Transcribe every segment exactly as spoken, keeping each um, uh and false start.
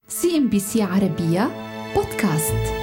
سي إم بي سي عربية بودكاست.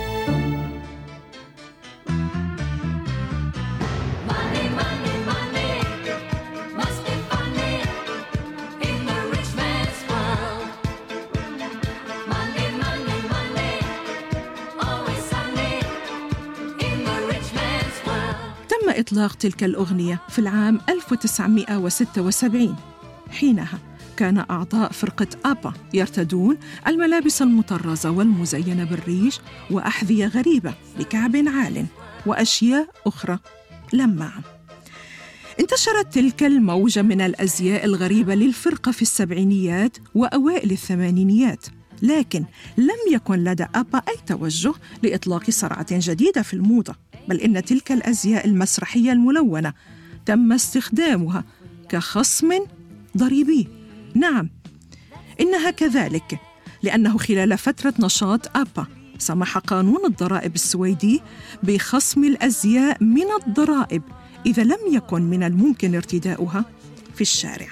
تم إطلاق تلك الأغنية في العام ألف وتسعمائة وستة وسبعين. حينها كان أعضاء فرقة آبا يرتدون الملابس المطرزة والمزينة بالريش وأحذية غريبة بكعب عال وأشياء أخرى لماعة. انتشرت تلك الموجة من الأزياء الغريبة للفرقة في السبعينيات وأوائل الثمانينيات، لكن لم يكن لدى آبا أي توجه لإطلاق صرعة جديدة في الموضة، بل إن تلك الأزياء المسرحية الملونة تم استخدامها كخصم ضريبي. نعم، إنها كذلك، لأنه خلال فترة نشاط آبا سمح قانون الضرائب السويدي بخصم الأزياء من الضرائب إذا لم يكن من الممكن ارتداؤها في الشارع.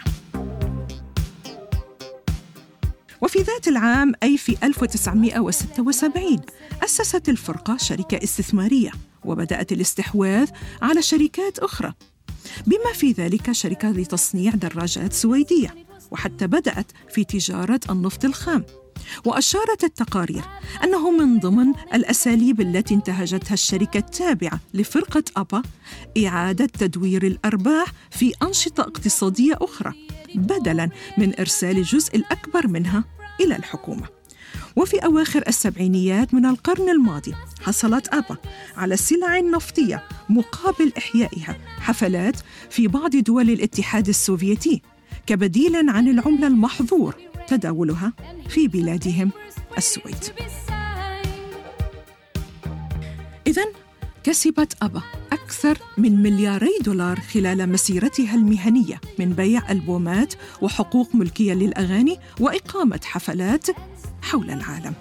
وفي ذات العام، أي في ألف وتسعمائة وستة وسبعين، أسست الفرقة شركة استثمارية وبدأت الاستحواذ على شركات أخرى، بما في ذلك شركة لتصنيع دراجات سويدية، وحتى بدأت في تجارة النفط الخام. وأشارت التقارير أنه من ضمن الأساليب التي انتهجتها الشركة التابعة لفرقة آبا إعادة تدوير الأرباح في أنشطة اقتصادية أخرى، بدلاً من إرسال الجزء الأكبر منها إلى الحكومة. وفي أواخر السبعينيات من القرن الماضي حصلت آبا على سلع نفطية مقابل إحيائها حفلات في بعض دول الاتحاد السوفيتي كبديل عن العملة المحظور تداولها في بلادهم السويد. إذن كسبت آبا أكثر من ملياري دولار خلال مسيرتها المهنية من بيع ألبومات وحقوق ملكية للأغاني وإقامة حفلات حول العالم.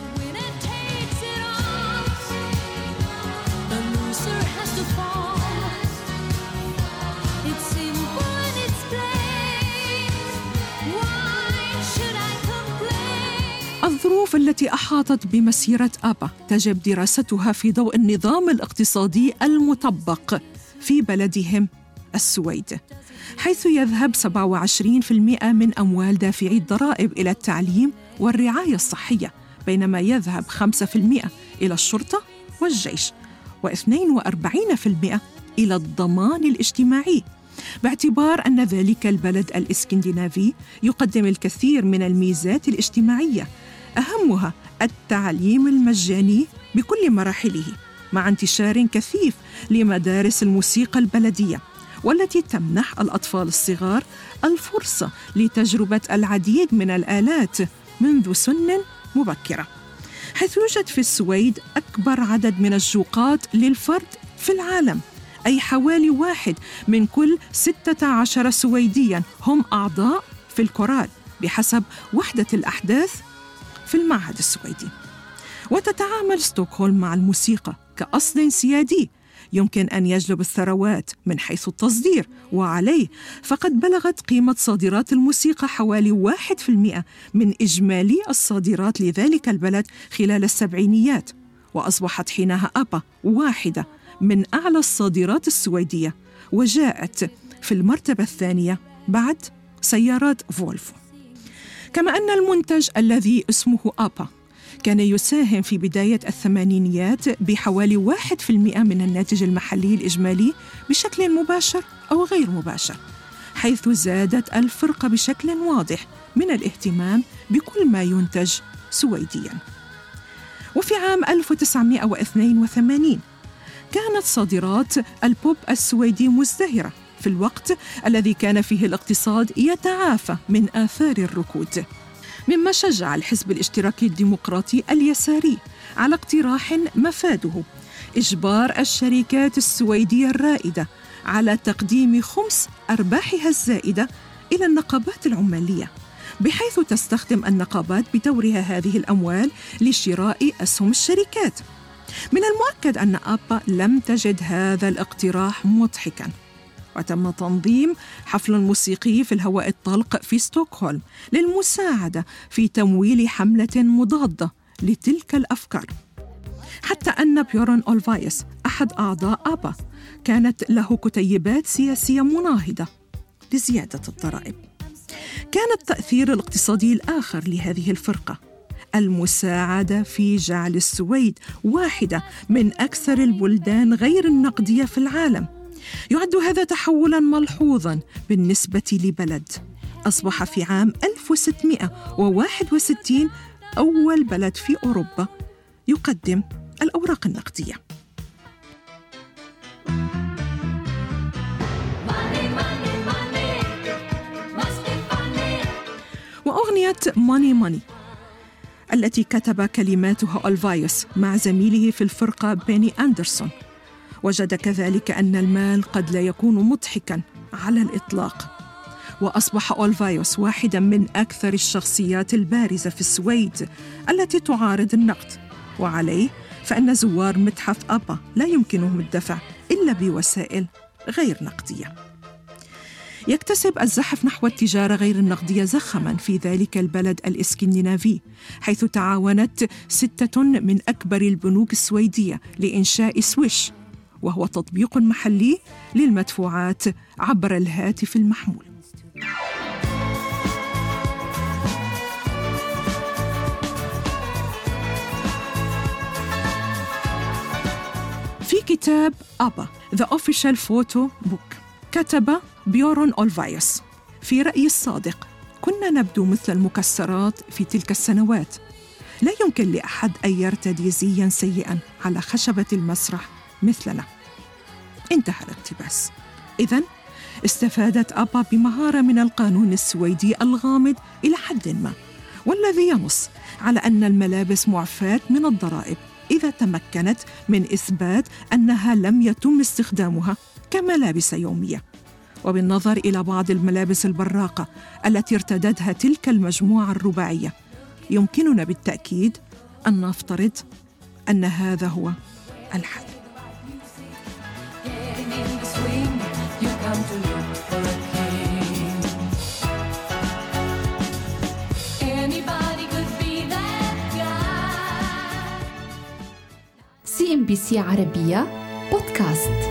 الظروف التي أحاطت بمسيرة آبا تجب دراستها في ضوء النظام الاقتصادي المطبق في بلدهم السويد، حيث يذهب سبعة وعشرين بالمئة من أموال دافعي الضرائب إلى التعليم والرعاية الصحية، بينما يذهب خمسة بالمئة إلى الشرطة والجيش، واثنين وأربعين بالمئة إلى الضمان الاجتماعي، باعتبار أن ذلك البلد الإسكندنافي يقدم الكثير من الميزات الاجتماعية، أهمها التعليم المجاني بكل مراحله، مع انتشار كثيف لمدارس الموسيقى البلدية، والتي تمنح الأطفال الصغار الفرصة لتجربة العديد من الآلات منذ سن مبكرة، حيث يوجد في السويد أكبر عدد من الجوقات للفرد في العالم، أي حوالي واحد من كل ستة عشر سويدياً هم أعضاء في الكورال بحسب وحدة الأحداث في المعهد السويدي. وتتعامل ستوكهولم مع الموسيقى كأصل سيادي يمكن أن يجلب الثروات من حيث التصدير، وعليه فقد بلغت قيمة صادرات الموسيقى حوالي واحد بالمئة من إجمالي الصادرات لذلك البلد خلال السبعينيات، وأصبحت حينها آبا واحدة من أعلى الصادرات السويدية، وجاءت في المرتبة الثانية بعد سيارات فولفو. كما أن المنتج الذي اسمه آبا كان يساهم في بداية الثمانينيات بحوالي واحد بالمئة من الناتج المحلي الإجمالي بشكل مباشر أو غير مباشر، حيث زادت الفرقة بشكل واضح من الاهتمام بكل ما ينتج سويدياً. وفي عام ألف وتسعمائة واثنين وثمانين كانت صادرات البوب السويدي مزدهرة في الوقت الذي كان فيه الاقتصاد يتعافى من آثار الركود، مما شجع الحزب الاشتراكي الديمقراطي اليساري على اقتراح مفاده إجبار الشركات السويدية الرائدة على تقديم خمس أرباحها الزائدة إلى النقابات العمالية، بحيث تستخدم النقابات بدورها هذه الأموال لشراء أسهم الشركات. من المؤكد أن آبا لم تجد هذا الاقتراح مضحكاً، وتم تنظيم حفل موسيقي في الهواء الطلق في ستوكهولم للمساعدة في تمويل حملة مضادة لتلك الأفكار. حتى أن بيورن أولفايس أحد أعضاء آبا كانت له كتيبات سياسية مناهضة لزيادة الضرائب. كان التأثير الاقتصادي الآخر لهذه الفرقة المساعدة في جعل السويد واحدة من أكثر البلدان غير النقدية في العالم. يعد هذا تحولاً ملحوظاً بالنسبة لبلد أصبح في عام ألف وستمائة وواحد وستين أول بلد في أوروبا يقدم الأوراق النقدية. وأغنية ماني ماني التي كتب كلماتها أولفايوس مع زميله في الفرقة بيني أندرسون، وجد كذلك أن المال قد لا يكون مضحكاً على الإطلاق. وأصبح أولفايوس واحداً من أكثر الشخصيات البارزة في السويد التي تعارض النقد، وعليه فإن زوار متحف آبا لا يمكنهم الدفع إلا بوسائل غير نقدية. يكتسب الزحف نحو التجارة غير النقدية زخماً في ذلك البلد الإسكندنافي، حيث تعاونت ستة من أكبر البنوك السويدية لإنشاء سويش، وهو تطبيق محلي للمدفوعات عبر الهاتف المحمول. في كتاب آبا The Official Photo Book كتب بيورن أولفايوس: في رأيي الصادق كنا نبدو مثل المكسرات في تلك السنوات. لا يمكن لأحد أن يرتدي زياً سيئاً على خشبة المسرح مثلنا. انتهى الاقتباس. إذن استفادت آبا بمهارة من القانون السويدي الغامض إلى حد ما، والذي ينص على أن الملابس معفاة من الضرائب إذا تمكنت من إثبات أنها لم يتم استخدامها كملابس يومية. وبالنظر إلى بعض الملابس البراقة التي ارتدتها تلك المجموعة الرباعية، يمكننا بالتأكيد أن نفترض أن هذا هو الحل. سي إم بي سي عربية بودكاست.